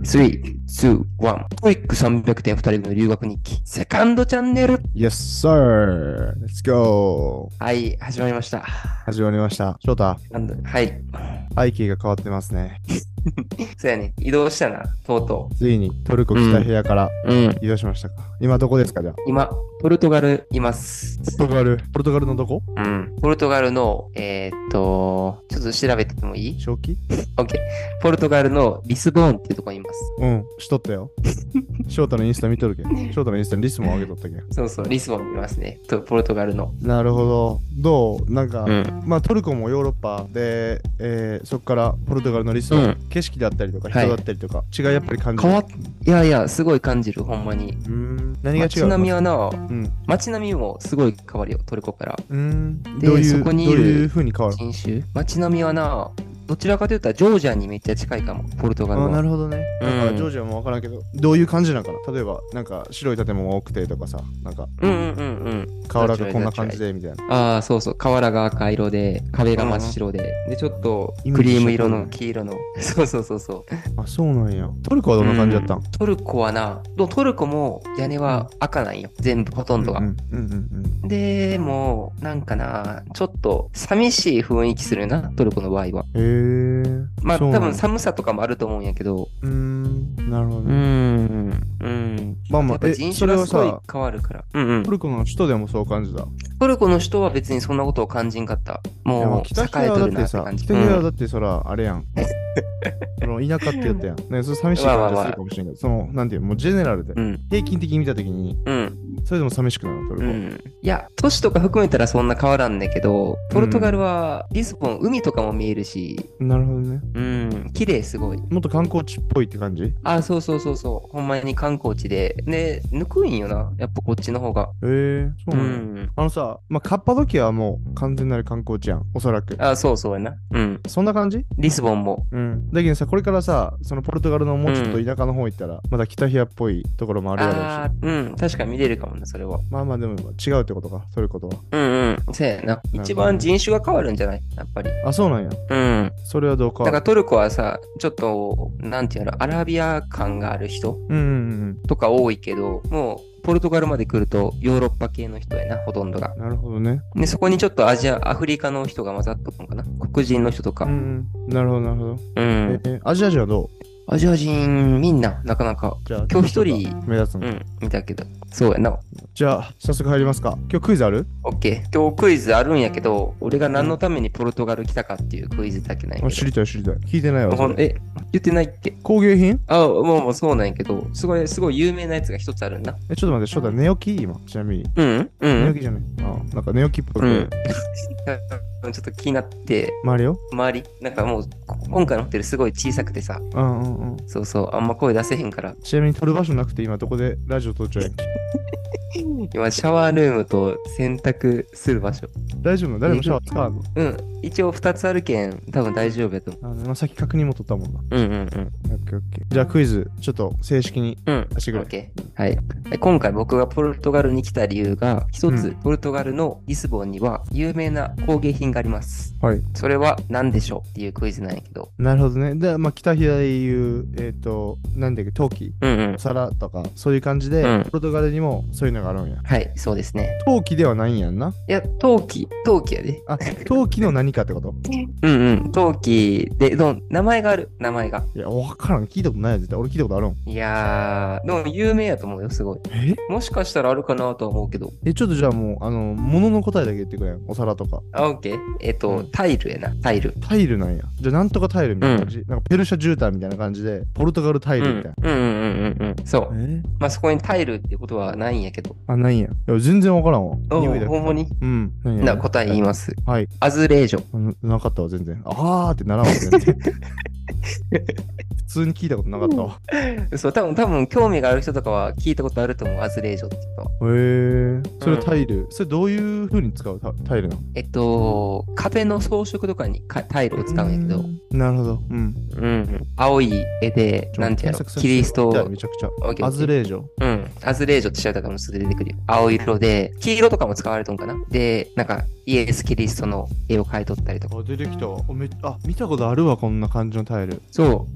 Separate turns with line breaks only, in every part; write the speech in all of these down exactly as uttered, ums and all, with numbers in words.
スリー、ツー、ワン。トイックさんびゃくてんふたり組の留学日記。セカンドチャンネル。
Yes, sir. Let's go.
はい、始まりました。
始まりました。翔太、
なんだはい。
背景が変わってますね。
そうやね。移動したな、とうと
ついにトルコ来た部屋から
う。うん。
移動しましたか。今どこですかじゃあ。
今、ポルトガルいます。
ポルトガル。ポルトガルのどこ？
うん。ポルトガルの、えー、っと、ちょっと調べててもいい？
正気？
OK。ポルトガルのリスボーンっていうところにいます。
うん、しとったよ。翔太のインスタ見とるけん。翔太のインスタにリスも上げとったけん。
そうそう、リスボンにいますね。とポルトガルの。
なるほど。どうなんか、
うん。
まあトルコもヨーロッパで、えー、そこからポルトガルのリスボン、
うん
景色だったりとか人
はい
だったりとか、違いやっぱり感じる。
変わっ、いやいや、すごい感じる、ほんまに。
うーん。何が違う？
街並みはな、
うん。
街並みもすごい変わるよ、トルコから。
うーん。
で
どういう、
そこにいる
どういう風に変わる？
人種街並みはな、どちらかというとジョージアにめっちゃ近いかも、ポルトガル
あ、
は。
なるほどね。
うん
なんかジョージアもわからんけど、どういう感じなんかな。例えば、なんか白い建物多くてとかさ、なんか
うんうんうんうん。
瓦がこんな感じでみたいな。
ああ、そうそう。瓦が赤色で、壁が真っ白で、で、ちょっと
イメージ
クリーム色
した通り
の黄色の。そうそうそうそう。
あ、そうなんや。トルコはどんな感じだったん？
うんトルコはな、どトルコも屋根は赤なんよ。全部、ほとんどが。
うんうんうん
でも、なんかな、ちょっと寂しい雰囲気するな、トルコの場合は。
うん。へえ。
まあ、
そうなんや
多分寒さとかもあると思うんやけど、
うーん、なるほど
うー
ね。
ん、うん。
まあまあ、え、
やっぱ人
それは
種がすごい
さ、
変わるから。うんうん
ト。ルコの首都でもそう感じた。
トルコの人は別にそんなことを感じんかった。
いや、まあ
もう、
北平
栄えとる
はだってさ、
なって感じ。
北平はだってそら、あれやん。その田舎って言ったやん。ね、それ寂しい感じがするかもしれんけど、その、なんていう、もうジェネラルで
う、ん。
平均的に見たときに、
うん。
それでも寂しくなるトルコ。
うん。いや、都市とか含めたらそんな変わらんねんけど、ポルトガルは、リスボン、海とかも見えるし、
なるほどね。
うん、綺麗すごい。
もっと観光地っぽいって感じ？へ
あ、そうそうそうそう。ほんまに観光地で。で、抜くんよな。やっぱこっちの方が。
え、そう
う
なんや。
ん。
あのさ、まあ、カッパドキアはもう完全なる観光地やん、おそらく。
あ、そうそうやな。うん。
そんな感じ？
リスボンも。
うん。だけどさ、これからさ、そのポルトガルのもうちょっと田舎の方行ったら、まだ北平っぽいところもあるやろうし。
ああー、うん。確かに見れるかもな、それは。
まあまあでも違うってことか、トルコとは。
うんうん。そうやな。一番人種が変わるんじゃないやっぱり。
あ、そうなんや。
うん。
それはどうか。
だからトルコはさ、ちょっと、なんていうの、アラビア感がある人
うんうん
とか多いけど、もう、ポルトガルまで来るとヨーロッパ系の人やな、ほとんどが。
うん。なるほどね。
で、そこにちょっとアジア、アフリカの人が混ざっとくのかな。黒人の人とか。
うんうん。なるほどなるほど。
うん。
えーアジア人はどう？
アジア人、みんな、なかなか。
じゃあ、
今日一人
目立つの。
うん、見たけど。そうやな。
じゃあ、早速入りますか。今日クイズある？
オッケー。今日クイズあるんやけど、俺が何のためにポルトガル来たかっていうクイズだけないけど。
あ、知りたい知りたい。聞いてないわ。それ
ほんえ、言ってないっけ？
工芸品？
あ、もうもうそうなんやけど、すごい、すごい有名なやつが一つあるんだ。
え、ちょっと待って、ちょっと寝起き今、ちなみに。
うんう
寝起
ん。
きじゃない。あ、なんか寝起きっぽく
うん
て。
ちょっと気になって、
周りよ。
周り、なんかもう、こ今回のホテルすごい小さくてさ、
うんうんうん。
そうそう、あんま声出せへんから、
ちなみに撮る場所なくて今どこでラジオ撮っちゃうやんけ。
今、シャワールームと洗濯する場所。
大丈夫なの？誰もシャワー使わんの？
うん、一応ふたつあるけん、多分大丈夫やと思
あの、まあ、さっき確認も取ったもんな。
う。うんうんうん。
オッケーオッケー。じゃあクイズ、ちょっと正式に
うん。
出してくれ。
オッケー。はい。今回僕がポルトガルに来た理由が、一つ、
うん
ポルトガルのリスボンには有名な工芸品があります。
はい。
それは何でしょうっていうクイズなんやけど。
なるほどね。で、まあ、北平でいう、えっ、と、なんだっけ、陶器、
うんうん
お。皿とか、そういう感じで、
うん
ポルトガルにもそういうのがあるんや。
はい、そうですね。
陶器ではないんやんな。
いや、陶器、陶器やで。
あ、陶器の何かってこと？
うんうん。陶器で、どん名前がある、名前が。
いや、わからん。聞いたことないよ、絶対。俺聞いたことあるん。
いやー、でも有名やと思うよ、すごい。
え
もしかしたらあるかなとは思うけど。
え、ちょっとじゃあもう、あの、物の答えだけ言ってくれん。お皿とか。
あ、オッケー。えっと、
うん
タイルやな、タイル。
タイルなんや。じゃあ、なんとかタイルみたいな感じ。なんかペルシャ絨毯みたいな感じで、ポルトガルタイ
うん
ルみたいな。
うんうんうんうん。そう。
え
まあ、そこにタイルってことはないんやけど。
あ、ないんや。いや、全然わからんわ。
お
匂いだけ
ほんまに
うん。なんや
な答え言います。
はい。
アズレージョ。
ななかったわ、全然。あーってならんわ、全然。普通に聞いたことなかったわ。
そう、多分、多分興味がある人とかは聞いたことあると思う、アズレージョっていうのは。
へえ。それタイル。それどういう風に使うタタイルなの？
えっと、壁の装飾とかにかタイルを使うんやけど、
うんなるほど。うん。
うん、青い絵で、
ちょ
なんていうの、
検索させて
キリストを、
じゃあめちゃくちゃ。
オッケーオッケー
アズレージョ。
うん、アズレージョって調べたら多分すぐ出てくるよ。青色で、黄色とかも使われとんかな。で、なんか、イエス・キリストの絵を描いとったりとか。
あ、出てきたわ。おめあ、見たことあるわ、こんな感じのタイル。
そう、そうそ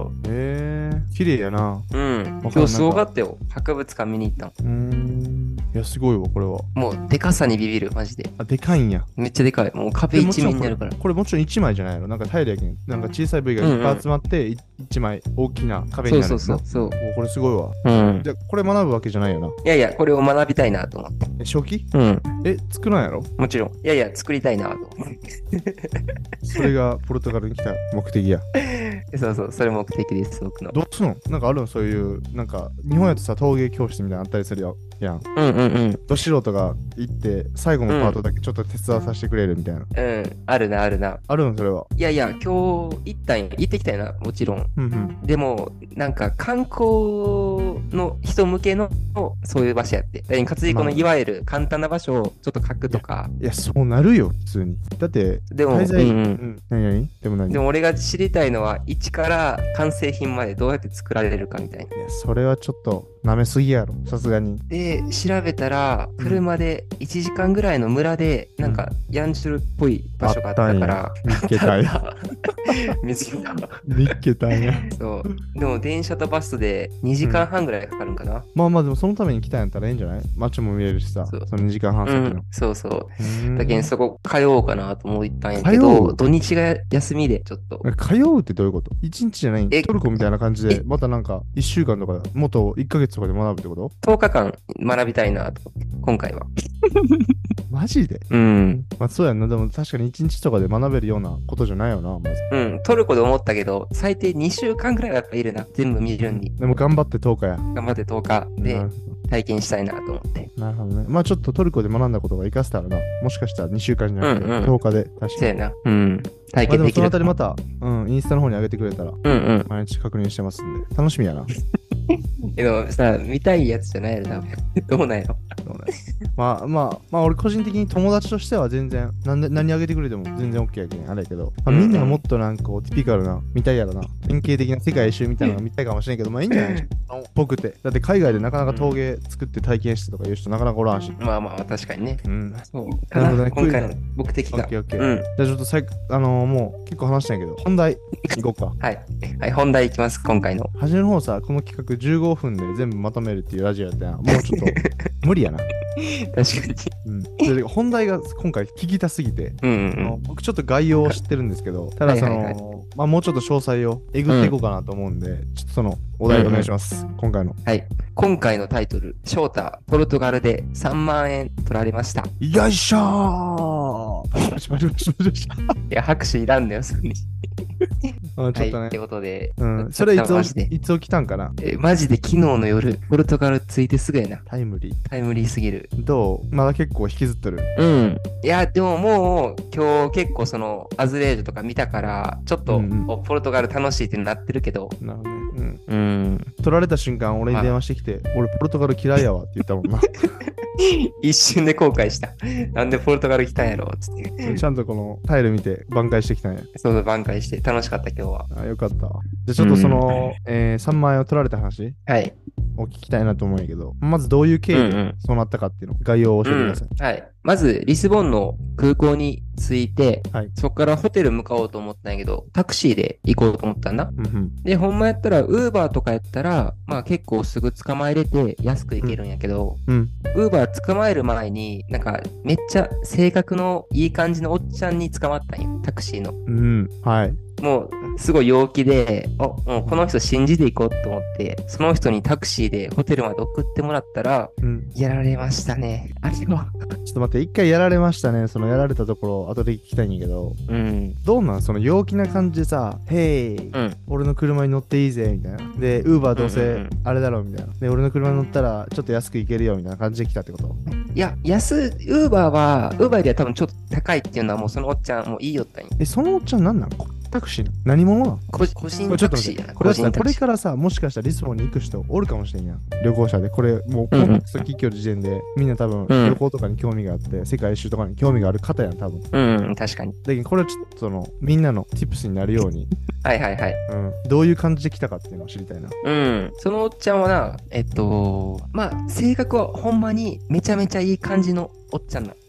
そ
へえ、綺麗やな。
う。うん。
わかる
今日すごかったよ。博物館見に行ったの。
うーん。いや、すごいわ、これは。
もう、でかさにビビる、マジで。
あ、でかいんや。
めっちゃでかい。もう壁一面になるから。
これもちろんいちまいじゃないの。なんかタイルやけん。なんか小さい部位がいっぱい集まっていちまい大きな壁になる。
そうそうそうそう。
もうこれすごいわ。
うん。
じゃあこれ学ぶわけじゃないよな。
いやいや、これを学びたいなと思って。
え、正気？
うん。
え、作らんやろ？
もちろん。いやいや、作りたいなと思って。
それがポルトガルに来た目的や。
そうそう、それ目的です、僕の。
どうすんの？なんかあるの？そういう、なんか、日本やとさ、陶芸教室みたいなのあったりするやん。
うんうんうん。
ど素人が行って、最後のパートだけちょっと手伝わさせてくれるみたいな。
うん、あるな、あるな。
あるのそれは。
いやいや、今日行ったんや、行ってきたよな、もちろん。
うんうん。
でも、なんか観光の人向けのそういう場所やって。だから活このいわゆる簡単な場所をちょっと書くとか。
いや、そうなるよ、普通に。だって、
でも、
滞在、
うんうん
うん何々でも何
でも俺が知りたいのは、一から完成品までどうやって作られるかみたいな。
いや、それはちょっと舐めすぎやろ、さすがに。
で、調べたら、車でいちじかんぐらいの村で、なんか、ヤンジュルっぽい場所があったから、
見つけたい。
見つけた。
見つけたんや。
そう。でも、電車とバスでにじかんはんぐらいかかるんかな。
まあまあ、でもそのために来たんやったらいいんじゃない？街も見れるしさ、
そう
そのにじかんはん
う
先の。
ん、そうそう。
うーん
だけど、そこ通おうかなと思ったんやけ
通
ど、
う
土日が休みで、ちょっと。
通うってどういうこと？いちにちじゃない
え
トルコみたいな感じで
え、
またなんかいっしゅうかんとか、もっといっかげつとかで学ぶってこと？
とおかかん学びたいなと思って、今回は。
マジで？
うん。
まあそうやんな。でも確かにいちにちとかで学べるようなことじゃないよな、まず。
うん。トルコで思ったけど、最低にしゅうかんぐらいはやっぱいるな。全部見るんに。
でも頑張ってとおかや。
頑張ってとおかで
なる
体験したいなと思って。
なるほどね。まあちょっとトルコで学んだことが活かせたらな。もしかしたらにしゅうかんじゃなく
うんうん
てとおかで。確かに。
そうやな。うん。体
まあでもそのあ
験できるか
たりまた、うん、インスタの方に上げてくれたら、
うんうん。
毎日確認してますんで。楽しみやな。
でもさ、見たいやつじゃないやろ、多分。どうなんやろ。
そうねまあまあ、まあ俺個人的に友達としては全然、なんで何あげてくれても全然 OK やけん、あれやけど、まあ、みんながもっとなんかこう、ティピカルな、見たいやろな。典型的な世界一周みたいなのが見たいかもしれんけど、まあいいんじゃないぽくて。だって海外でなかなか陶芸作って体験してとかいう人なかなかおらんし。
まあまあ、確かにね。
うん。
そう。
なるほどね
今回の目的が。
オッケーオッケー。
うん。
じゃあちょっとさい、あのー、もう結構話したんやけど、本題行こうか。
はい。はい、本題いきます、今回の。
初めの方さ、この企画じゅうごふんで全部まとめるっていうラジオやったやん。もうちょっと無理やな。
確かに。
うん。で本題が今回聞きたすぎて、
うんうん
あの僕ちょっと概要を知ってるんですけど、ただその、
はいはいは
まあもうちょっと詳細をえぐっていこうかなと思うんで、ちょっとそのお題お願いします。今回の。
はい。今回のタイトル、翔太、ポルトガルでさんまんえん取られました。
よいしょーパチパチパチパチパチパチ
いや、拍手いらんだよ、それに。
あちょっとね
はい。って。ことで、
うん。それいつ
マジで
起いつ起きたんかな？
えマジで昨日の夜、ポルトガル着いてすぐやな。
タイムリー。
タイムリーすぎる。
どうまだ結構引きずっとる。
うん。いや、でももう、今日結構その、アズレージュとか見たから、ちょっと、
うんうん
おポルトガル楽しいってなってるけど、
なるほどね。うん。
うん。
取られた瞬間、俺に電話してきて、俺ポルトガル嫌いやわって言ったもんな。
一瞬で後悔した。なんでポルトガル来たんやろつって。
ちゃんとこのタイル見て挽回してきたんや。
そう挽回して楽しかった今日は。
あ、よかったわ。じゃあちょっとその、えー、さんまんえんを取られた話
はい。
を聞きたいなと思うんやけど、まずどういう経緯で
うんうん
そうなったかっていうの、概要を教えてください。
うんはい。まず、リスボンの空港に着いて、
はい
そこからホテル向かおうと思ったんやけど、タクシーで行こうと思ったんだ。
うんうん。
で、ほんまやったら、ウーバーとかやったら、まあ結構すぐ捕まえれて安く行けるんやけど、
うん。
ウーバー捕まえる前に、なんかめっちゃ性格のいい感じのおっちゃんに捕まったんよ。タクシーの。
うん。はい。
もう、すごい陽気で、あ、もうこの人信じていこうと思って、その人にタクシーでホテルまで送ってもらったら、
うん。
やられましたね。あれは。
ちょっと待って、一回やられましたね。そのやられたところ、後で聞きたいんやけど、
うん。
どうなんその陽気な感じでさ、へい、
うん。
俺の車に乗っていいぜ、みたいな。で、ウーバーどうせ
うんうんうん
あれだろう、みたいな。で、俺の車に乗ったら、ちょっと安く行けるよ、みたいな感じで来たってこと？
いや、安、ウーバーは、ウーバーよりは多分ちょっと高いっていうのはもうそのおっちゃんもういいよったんよ。
え、そのおっちゃんなんなんタクシーの何者なの？
こ個人
これちょっと待って
タクシーやな。
これだったらこ
個人タクシー
れからさ、もしかしたらリスボンに行く人おるかもしれんやん。旅行者で。これ、もうコ
うんうん
ンテクスト聞きよる時点で、みんな多分
うん
旅行とかに興味があって、世界一周とかに興味がある方やん、多分。
うん、うん、確かに。
だけど、これはちょっとその、みんなの tips になるように、
はいはいはい。
うん、どういう感じで来たかっていうのを知りたいな。
うん。そのおっちゃんはな、えっと、まあ、性格はほんまにめちゃめちゃいい感じのおっちゃんな。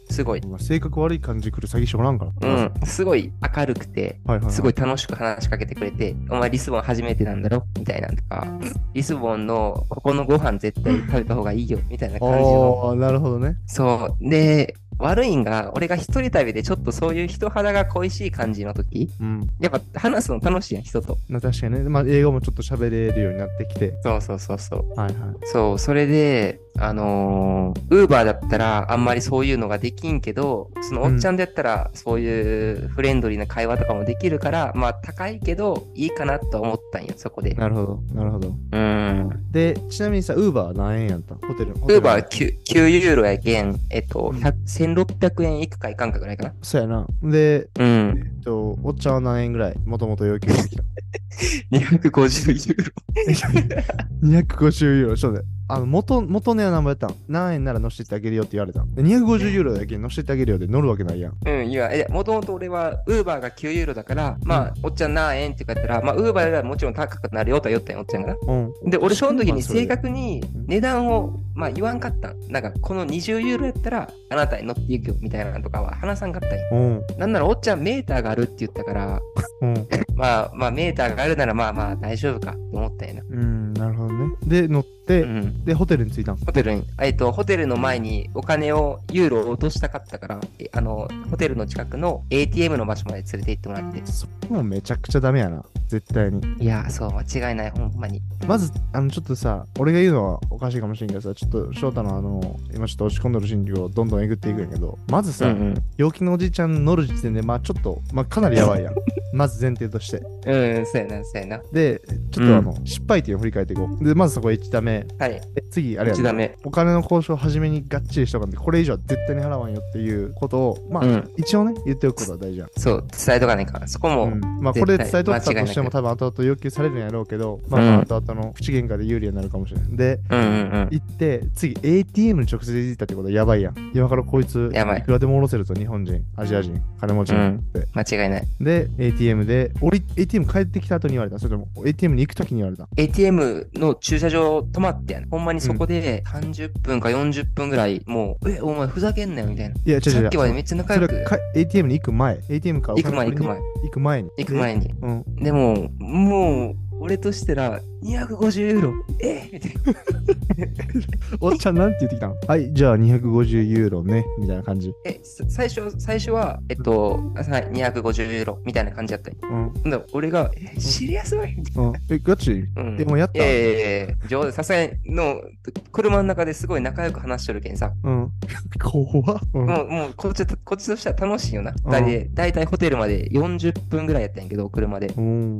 すごい。
まあ性格悪い感じくる詐欺師おらんから。
うん、すごい明るくて、
はいはいはい、
すごい楽しく話しかけてくれて、お前リスボン初めてなんだろみたいなとか、リスボンのここのご飯絶対食べた方がいいよみたいな感じの。
ああ、なるほどね。
そう。で、悪いんが、俺が一人旅でちょっとそういう人肌が恋しい感じの時、
うん、
やっぱ話すの楽しいやん、人と。
まあ、確かにね。まあ、英語もちょっと喋れるようになってきて。
そうそうそうそう。
はいはい。
そう、それで、あのー、ウーバーだったらあんまりそういうのができんけど、そのおっちゃんでやったらそういうフレンドリーな会話とかもできるから、うん、まあ高いけどいいかなと思ったんよ、そこで。
なるほど、なるほど。
うん。
で、ちなみにさ、ウーバー何円やったホテル。ウ
ーバー 9, きゅうユーロやけん、えっと、せんろっぴゃくえんいくかいかんかぐらいかな。
そうやな。で、
うん。
えっと、おっちゃんは何円ぐらいもともと要求してきた
にひゃくごじゅうユーロ。
にひゃくごじゅうユーロ、そうだよ。あの元、元値は何ぼやったん何円なら乗せてってあげるよって言われたん。にひゃくごじゅうユーロだけ乗せてってあげるよで乗るわけないやん。
うん、いや、え、もともと俺は、ウーバーがきゅうユーロだから、まあ、おっちゃん何円って言ったら、まあ、ウーバーよりはもちろん高くなるよとは言ったんよ、おっちゃんが。うん。で、俺その時に正確に値段を、まあ、言わんかったん。なんか、このにじゅうユーロやったら、あなたに乗っていくよ、みたいなのとかは話さんかったんよ。うん。なんなら、おっちゃんメーターがあるって言ったから、うん。まあ、まあ、メーターがあるなら、まあまあ、大丈夫かと思ったんやな。
うん、なるほどね。で、乗って、うん、で、ホテルに着いたん。
ホテルに、えっと、ホテルの前にお金を、ユーロを落としたかったから、あの、ホテルの近くの エーティーエム の場所まで連れて行ってもらって。
そこもめちゃくちゃダメやな。絶対に。
いや、そう、間違いない、ほんまに。
まず、あの、ちょっとさ、俺が言うのはおかしいかもしれんけどさ、ちょっと翔太のあの、今ちょっと落ち込んでる心理をどんどんえぐっていくんやけど、まずさ、うんうん、陽気のおじいちゃん乗る時点で、まあちょっと、まあかなりやばいやん。まず前提として。
うん、そうやな、そうやな。
で、ちょっとあの、うん、失敗点を振り返っていこう。で、まずそこいちダメ。
はい。
次、あれや、ね、
いちダメ。
お金の交渉を初めにがっちりしとかんで、これ以上は絶対に払わんよっていうことを、まあ、うん、一応ね、言っておくことは大事やん。
そう、伝えとかねえか。そこも、うん。
まあ、これ伝えとったとしても多分後々要求されるんやろうけど、まあ、まあ、後々の口喧嘩で有利になるかもしれない。で、うんうんうん、行って、次、エーティーエム に直接行ったってことはやばいやん。今からこいつ、いくらでも下ろせるぞ、日本人、アジア人、金持ちって、うん。
間違いない。
で、エーティーエム で、俺、エーティーエム 帰ってきた後に言われた。それとも、エーティーエム に行く時に言われた。
エーティーエム の駐車場止まってやん。ほんまにそこでさんじゅっぷんかよんじゅっぷんぐらい、もう、え、お前ふざけんなよみたいな。いや、違う違う。さっきまでめっちゃ仲良く。
それ エーティーエム に行く前。エーティーエム か。
行く前、行く前。
行く前に。
行く前に。うん。でも、もう、俺としたら、にひゃくごじゅうユーロ。えみたいな。
おっちゃんなんて言ってきたの？はい、じゃあにひゃくごじゅうユーロね。みたいな感じ。
え、最初、最初は、えっと、にひゃくごじゅうユーロみたいな感じだったよ。うん。だ俺が、え、シリアスいみたいな。うん。
え、ガチ？うん。でもやった？
ええー、さすがにの、車の中ですごい仲良く話しとるけんさ。
うん。怖っ。うん、
もう、もうこっち、こっちとしては楽しいよな。だいで、だいたいホテルまでよんじゅっぷんぐらいやったんやけど、車で。
うん。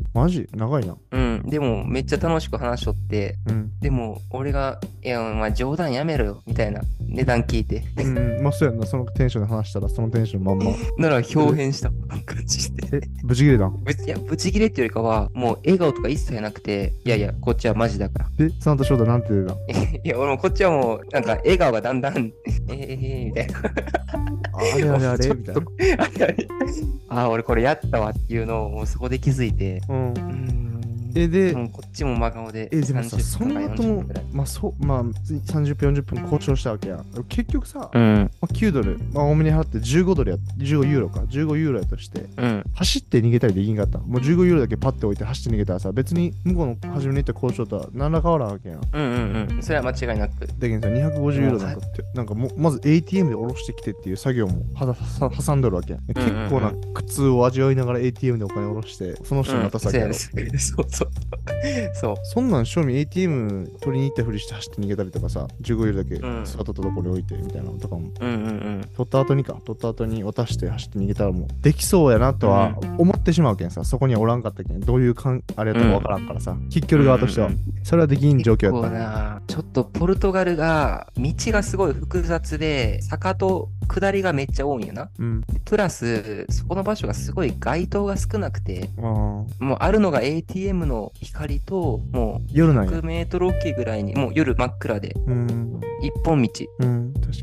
マジ長いな。
うん。でも、めっちゃ楽しく話しとって、うん、でも、俺が、いや、お前冗談やめろよ、みたいな値段聞いて。
うん、まあ、そうやんな、そのテンションで話したら、そのテンションまんま。
なら、表変した感じで。
え、ブチギレだん？
いや、ブチギレっていうよりかは、もう笑顔とか一切なくて、いやいや、こっちはマジだから。
え、サンタ翔太なんて出たん？
いや、俺もこっちはもう、なんか、笑顔がだんだん、えー、みたいな。
あれあれあれみたいな。あれあれ。
あ、俺これやったわっていうのを、もうそこで気づいて。うん。うん
え、で、
もうこっちも真顔で。
え、でもさ、その後も、まあ、そう、まあ、さんじゅっぷん、よんじゅっぷん交渉したわけや。結局さ、うん、まあ、きゅうドル、まあ、多めに払ってじゅうごドルや、じゅうごユーロか、じゅうごユーロやとして、うん、走って逃げたりできんかった。もうじゅうごユーロだけパッて置いて走って逃げたらさ、別に向こうの初めに言った交渉とは何ら変わらんわけやん。
うんうんうん。それは間違いなく。
だけどさ、にひゃくごじゅうユーロなんかって、なんかもう、まず エーティーエム で下ろしてきてっていう作業もは挟んどるわけやん。結構な苦痛を味わいながら エーティーエム でお金下ろして、その人に渡すわけやろ。うん、
そうそう。そう。
そんなん正味 エーティーエム 取りに行ったふりして走って逃げたりとかさ、じゅうごユーロだけ座ったところに置いてみたいなのとかも、うんうんうん、取った後にか、取った後に渡して走って逃げたらもうできそうやなとは思ってしまうけんさ、そこにはおらんかったけん、どういうかんあれやったかわからんからさ、筆記る側としては、それはできん状況やった。
なちょっとポルトガルが道がすごい複雑で、坂と下りがめっちゃ多いんやな。うん、プラス、そこの場所がすごい街灯が少なくて、あもうあるのが エーティーエム の光と、もうひゃくメートルおきぐらいに、もう夜真っ暗で、うん、一本道。
うん、確かにな。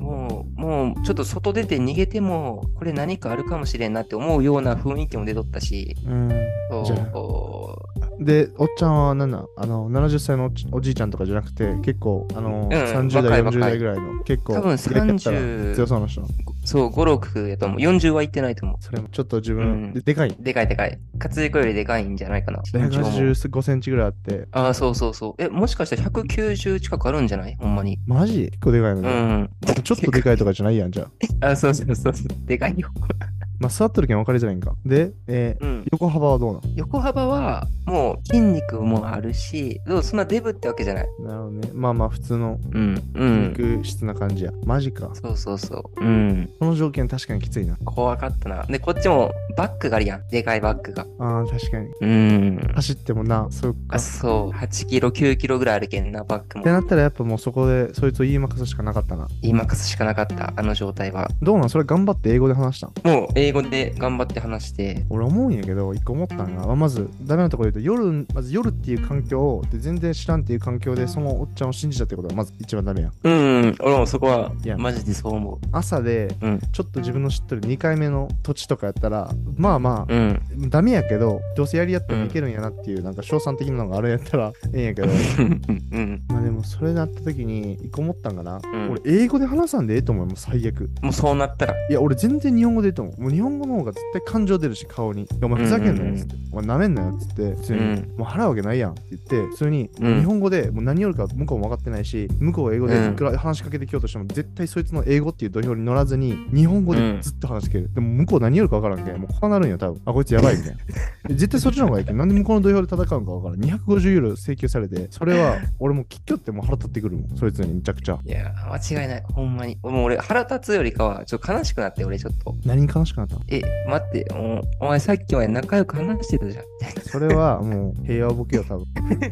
もう、もうちょっと外出て逃げても、これ何かあるかもしれんなって思うような雰囲気も出とったし、
うん。じゃあ
そう。
で、おっちゃんは何なんあの、ななじゅっさいの お, おじいちゃんとかじゃなくて、結構、あの、
うん、
さんじゅう代、
若い
よんじゅう代ぐらいの、結構、
多分さんじゅう、
強そうな人。
そう、ご、ろくやと思う。よんじゅうはいってないと思う。
それもちょっと自分、
うん、
ででかい。
でかいでかい。勝彦よりでかいんじゃないかな。
ひゃくはちじゅうごセンチぐらいあって。
ああ、そうそうそう。え、もしかしたらひゃくきゅうじゅう近くあるんじゃないほんまに。
マジ結構でかいのね。うん。ちょっとでかいとかじゃないやん、じゃ
あ。あ、そうそうそう。でかいよ。
まあ、座ってるけん分かりづらいんか。で、えーうん、横幅はどうなの？
横幅は、もう筋肉もあるし、でもそんなデブってわけじゃない。
なるほどね。まあまあ、普通の筋肉質な感じや。
うん
うん、マジか。
そうそうそう。うん。
この条件確かにきついな。
怖かったな。で、こっちもバッグがあるやん。でかいバッグが。
ああ、確かに。
うん。
走ってもな、そうか。
あ、そう。はちキロ、きゅうキロぐらいあるけんな、バッグも。
ってなったらやっぱもうそこで、そいつを言いまかすしかなかったな。
言いまかすしかなかった、あの状態は。
どうなん？それ頑張って英語で話したん？
もう英語で頑張ってって話して。
俺思うんやけど、一個思ったんが、まずダメなところで言うと、夜、まず夜っていう環境で全然知らんっていう環境でそのおっちゃんを信じたってことがまず一番ダメやん。
うん、うん、俺もそこはマジでそう思う。
朝で、うん、ちょっと自分の知ってるにかいめの土地とかやったら、まあまあ、うん、ダメやけど、どうせやりやったらいけるんやなっていう、うん、なんか賞賛的なのがあるんやったらええんやけど、うん、まあでもそれなった時に一個思ったんかな、うん、俺英語で話さんでええと思うよ、もう最悪。
もうそうなったら。
いや、俺全然日本語でええと思う。もう日本語の方が絶対感情出るし、顔に。お前ふざけんなよっつって、お前なめんなよっつって、普通に、うん、もう払うわけないやんって言って、普通に、うん、日本語でもう何よりか向こうも分かってないし、向こう英語でいくら話しかけてきようとしても、絶対そいつの英語っていう土俵に乗らずに、日本語でずっと話しかける。でも向こう何よりか分からんけん、もうこうなるんよ、多分。あ、こいつやばいみたいな。絶対そっちの方がいいけん。なんで向こうの土俵で戦うんか分からん。にひゃくごじゅうユーロ請求されて、それは俺もきっきょってもう腹立ってくるもん、そいつにめちゃくちゃ。
いや、間違いない。ほんまに。もう俺腹立つよりかは、ちょっと悲しくなって、俺ちょっと。
何に悲しくなったの？
え、待って、お, お前さっきまで仲良く話してたじゃん。
それはもう平和ボケよ、多分。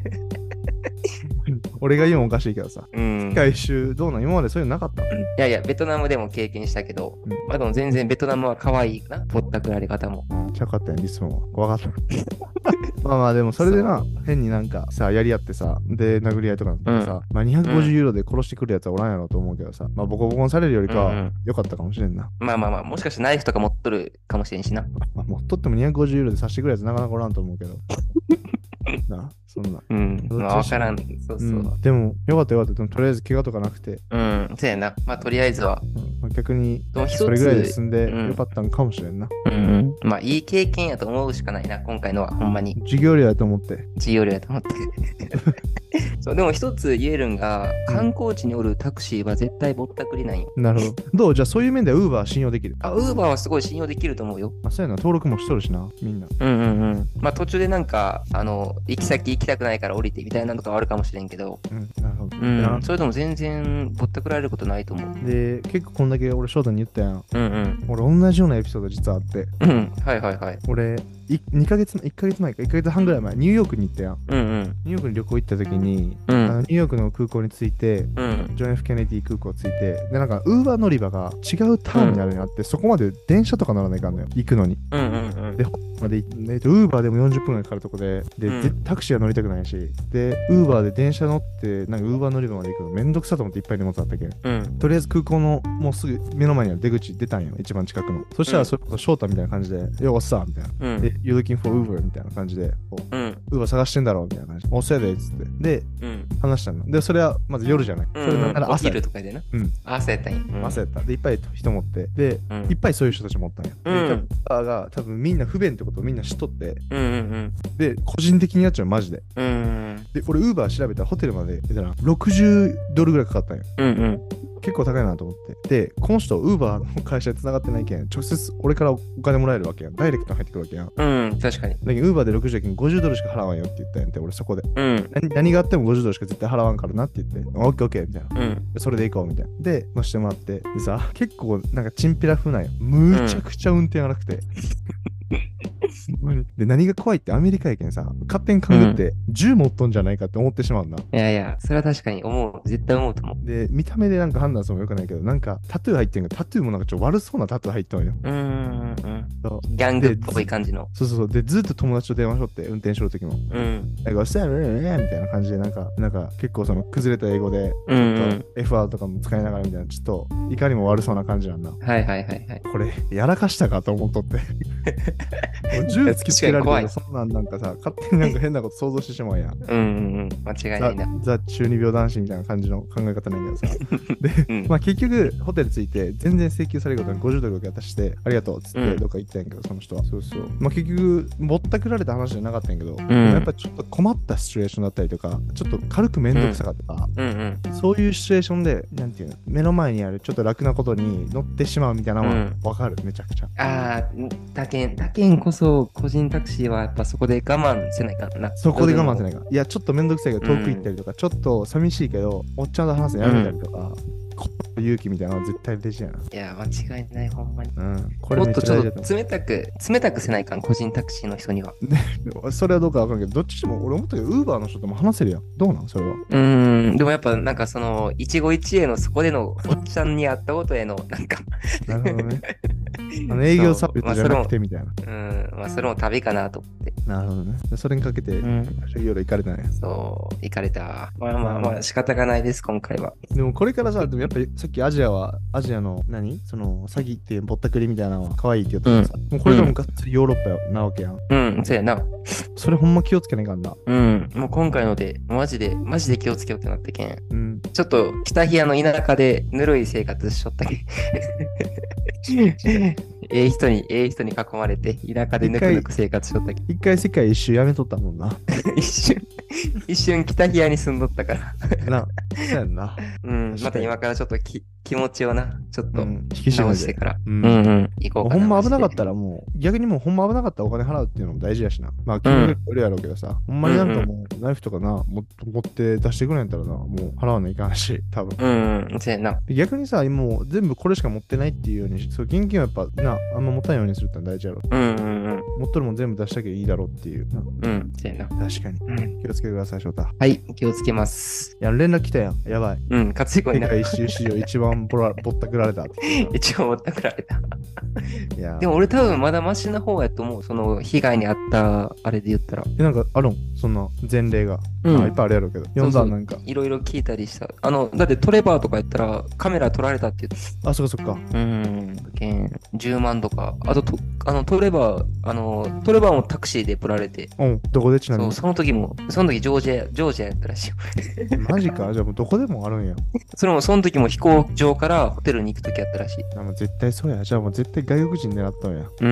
俺が言うのおかしいけどさ。うん。世界一周どうなん？今までそういうのなかった？い
やいや、ベトナムでも経験したけど、うん、まあでも全然ベトナムは可愛いな。ぼったくられ方も。
うん、ちゃかったよ、リスも。わかった。まあまあでもそれでな、変になんかさ、やり合ってさ、で、殴り合いとかなってさ、うん、まあにひゃくごじゅうユーロで殺してくるやつはおらんやろうと思うけどさ、まあボコボコにされるよりかは良かったかもしれんな。
まあまあまあ、もしかしてナイフとか持っとるかもしれんしな。
まあ持っとってもにひゃくごじゅうユーロで刺してくるやつなかなかおらんと思うけど。なそんな。
うん。まあ、わからん。そうそう、うん。
でも、よかったよかった。でもとりあえず怪我とかなくて。
うん。そうやな。まあ、とりあえずは。
うんまあ、逆に、それぐらいで済んでよかったんかもしれんな。
うん。うん、まあ、いい経験やと思うしかないな、今回のは。ほんまに。
授業料やと思って。
授業料やと思って。そうでも一つ言えるんが、観光地におるタクシーは絶対ぼったくりないよ。
なるほど。どうじゃあそういう面では Uber 信用できる？
あ、Uber はすごい信用できると思うよ。
あ、そうやな。登録もしとるしな、みんな。
うんうんうん。まあ途中でなんか、あの、行き先行きたくないから降りてみたいなのとかあるかもしれんけど。
うん、なるほど。
うん。それとも全然ぼったくられることないと思う。
で、結構こんだけ俺翔太に言ったやん。
うんうん。
俺同じようなエピソード実はあって。
うん。はいはいはい。
俺、にかげつ、いっかげつまえか、いっかげつはんぐらい前、ニューヨークに行ったやん。
うんうん。
ニューヨークに旅行行った時に、
うん、
あのニューヨークの空港に着いて、うん、ジョン・ F ・ケネディ空港着いて、で、なんか、ウーバー乗り場が違うターミナルにあって、うん、そこまで電車とか乗らないかんのよ、行くのに。
うんうんうん、
で、まで、えっと、ウーバーでもよんじゅっぷんぐらいかかるとこで、で、うん、タクシーは乗りたくないし、で、ウーバーで電車乗って、なんか、ウーバー乗り場まで行くのめんどくさと思っていっぱい荷物あったけん。
うん、
とりあえず空港のもうすぐ目の前にある出口出たんよ、一番近くの。そしたら、それこそ翔太みたいな感じで、よっさみたいな。うん、で、You looking for Uber? みたいな感じで、こう、うん、ウーバー探してんだろうみたいな感じで、おせやでっつって。で、うん、話したの。で、それはまず夜じゃない。
うん、
それ
なんなら朝。お昼とかでな。うん。朝やったんや。
うん、朝やった。で、いっぱい人持って。で、うん、いっぱいそういう人たち持ったんや。うん、で、キャプターが多分みんな不便ってことをみんな知っとって、
うんうんうん、
で、個人的にやっちゃう、マジで。
うん、
で、俺、ウーバー調べたらホテルまで出たら、ろくじゅうドルぐらいかかったんや。
うんうん
結構高いなと思って。で、この人、ウーバーの会社で繋がってないけん、直接俺からお金もらえるわけやん。ダイレクトに入ってくるわけやん。
うん、確かに。
だけど、ウーバーでろくじゅうやけんごじゅうドルしか払わんよって言ったんやんて、俺そこで。
うん。
何, 何があってもごじゅうドルしか絶対払わんからなって言って、オッケーオッケーみたいな。うん。それで行こうみたいな。で、乗せてもらって。でさ、結構なんかチンピラ風なんよ。むちゃくちゃ運転荒くて。 で、何が怖いってアメリカやけんさ、勝手に勘ぐって銃持っとんじゃないかって思ってしまうんだ。
いやいや、それは確かに思う。絶対思うと思う。
で、見た目でなんか判断するのもよくないけど、なんかタトゥー入ってんけど、タトゥーもなんかちょっと悪そうなタトゥー入っとんよ。
うーん、うん。
そう
ギャングっぽい感じの。
そうそうそう。で、ずっと友達と電話しとって、運転しろときも。
うん。
なんか、したらねみたいな感じで、なんか、なんか結構その崩れた英語で、
うん、うん。
エフアール とかも使いながらみたいな、ちょっと、いかにも悪そうな感じなんだ。
はいはいはいはい。
これ、やらかしたかと思っとって。銃突きつけられてるそんなんなんかさ、勝手になんか変なこと想像してしまうやん。
うんうんうん、間違いないな。
ザ・中二病男子みたいな感じの考え方なんやけどさ。で、うん、まあ結局、ホテル着いて、全然請求されることにごじゅうドル渡して、ありがとうっつってどっか行ったんやけど、その人は。そうそう。まあ結局、ぼったくられた話じゃなかったんやけど、うん、やっぱちょっと困ったシチュエーションだったりとか、ちょっと軽くめんどくさかったとか、うんうんうん、そういうシチュエーションで、なんていうの、目の前にあるちょっと楽なことに乗ってしまうみたいなのはわかる、うん、めちゃくちゃ。
ああ、だけん、だけんこそ、個人タクシーはやっぱそこで我慢せないかな。
そこで我慢せないか。いや、ちょっとめんどくさいけど遠く行ったりとか、うん、ちょっと寂しいけど、おっちゃんと話すのやめたりとか、うん、勇気みたいなのは絶対大事やな。
いや、間違いない、ほんまに。
うん。
これもっとちょっと冷たく、冷たくせないかん、個人タクシーの人には。
それはどうかわかんないけど、どっちでも、俺思ったけど、ウーバーの人とも話せるやん。どうなんそれは。
うん、でもやっぱなんかその、一期一会のそこでのおっちゃんに会ったことへの、なんか
なるほどね。あの営業サービスじゃなくてみたいな。
うん、まあそれも旅かなと思って。
なるほどね。それにかけて、うん、夜行かれたね。
そう、行かれた。まあまあまあ仕方がないです、今回は。
でもこれからさ、でもやっぱりさっきアジアは、アジアの何その詐欺ってぼったくりみたいなのは可愛いって言ったけどさ、うん、もうこれからもがっつりヨーロッパなわけやん。
うん、そうやな。
それほんま気をつけないかんな。
うん、もう今回ので、マジで、マジで気をつけようってなってけん。うん、ちょっと北冷やの田舎でぬるい生活しとったけん。ええ人に、ええ人に囲まれて、田舎でぬくぬく生活しとったけど。
一回世界一周やめとったもんな。
一瞬、一瞬北冷やに住んどったから。
な、そうやんな。
うん、また今からちょっとき気持ちをな、ちょっと
引き締め
してから、
うん、
うんうん、行こうかな。
ほんま危なかったらもう、逆にもうほんま危なかったらお金払うっていうのも大事やしな。まあ、金額よりやろうけどさ、ほんまになんかもう、ナイフとかな、も持って出してくれんやったらな、もう払わないかんし、多分。
うんうん、そうやな。
逆にさ、もう全部これしか持ってないっていうように、そう現金はやっぱな、あんま持たんようにするってのは大事やろ。
うんうんうん。
持っとるもん全部出したきゃいいだろうっていう。
うん、そうやな。
確かに。うん、気をつけてください、翔太。
はい、気をつけます。
いや、連絡来たやん。やばい。
うん、活躍にな
る。世界一周史上一番ぼらぼったくられた。
一番ぼったくられた。
いや
でも俺多分まだマシな方やと思う。その被害に遭ったあれで言ったら。
え、なんかあるんそんな前例が。うん、まあ、いっぱいあるやろうけど。読んだなんか。
いろいろ聞いたりした。あの、だってトレバーとかやったらカメラ撮られたって言って。
あ、そっかそっか。
うん。じゅうまんとか。あとと、あの、トレバー、あの、トレバーもタクシーでプられて。
うん、どこでちなみに。
そう、その時も、その時ジョージア、ジョージアやったらしいよ。
マジかじゃあもうどこでもあるんや。
それもその時も飛行場からホテルに行く時やったらしい。
あ、もう絶対そうや。じゃあもう絶対外国人狙ったんや。
うん。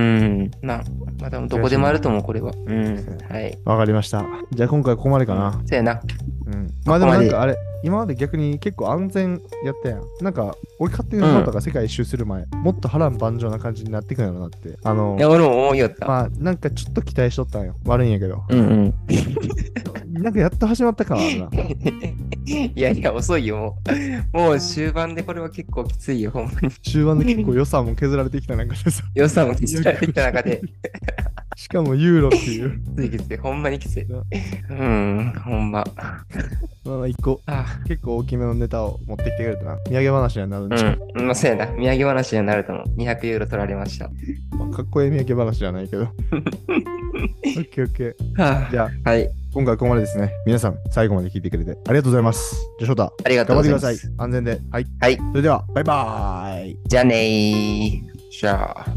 な、まあでもどこでもあると思う、これは。うん。はい。
わかりました。じゃあ今回ここまでかな。
そうやな。
うん。まあでもなんかあれ、今まで逆に結構安全やったやん。なんか、俺勝手に思ったから世界一周する前、うん、もっと波乱万丈な感じになってくるんやろなって。あの、
いや、俺も思いよった。
まあ、なんかちょっと期待しとったんよ。悪いんやけど。
うんうん。
なんかやっと始まったかな。
いやいや、遅いよ、もう。もう終盤でこれは結構きついよ、ほんまに。
終盤で結構予算も削られてきた中でさ。
予算も削られてきた中で。
しかもユーロっていう。
きついきつい、ほんまにきつい。うん、ほんま。
まあ、一個、結構大きめのネタを持ってきてくれたな。土産話にはなるんちゃう。
うん、まあ、そうやな。土産話にはなると思う。にひゃくユーロ取られました。
まあ、かっこいい土産話じゃないけど。オッケーオッケー。
はあ、
じゃあ、
はい。
今回はここまでですね。皆さん、最後まで聞いてくれてありがとうございます。じゃあ、翔太。
ありがとうございます。
頑張ってください。安全で。はい。
はい。
それでは、バイバーイ。
じゃあねー。じゃあ。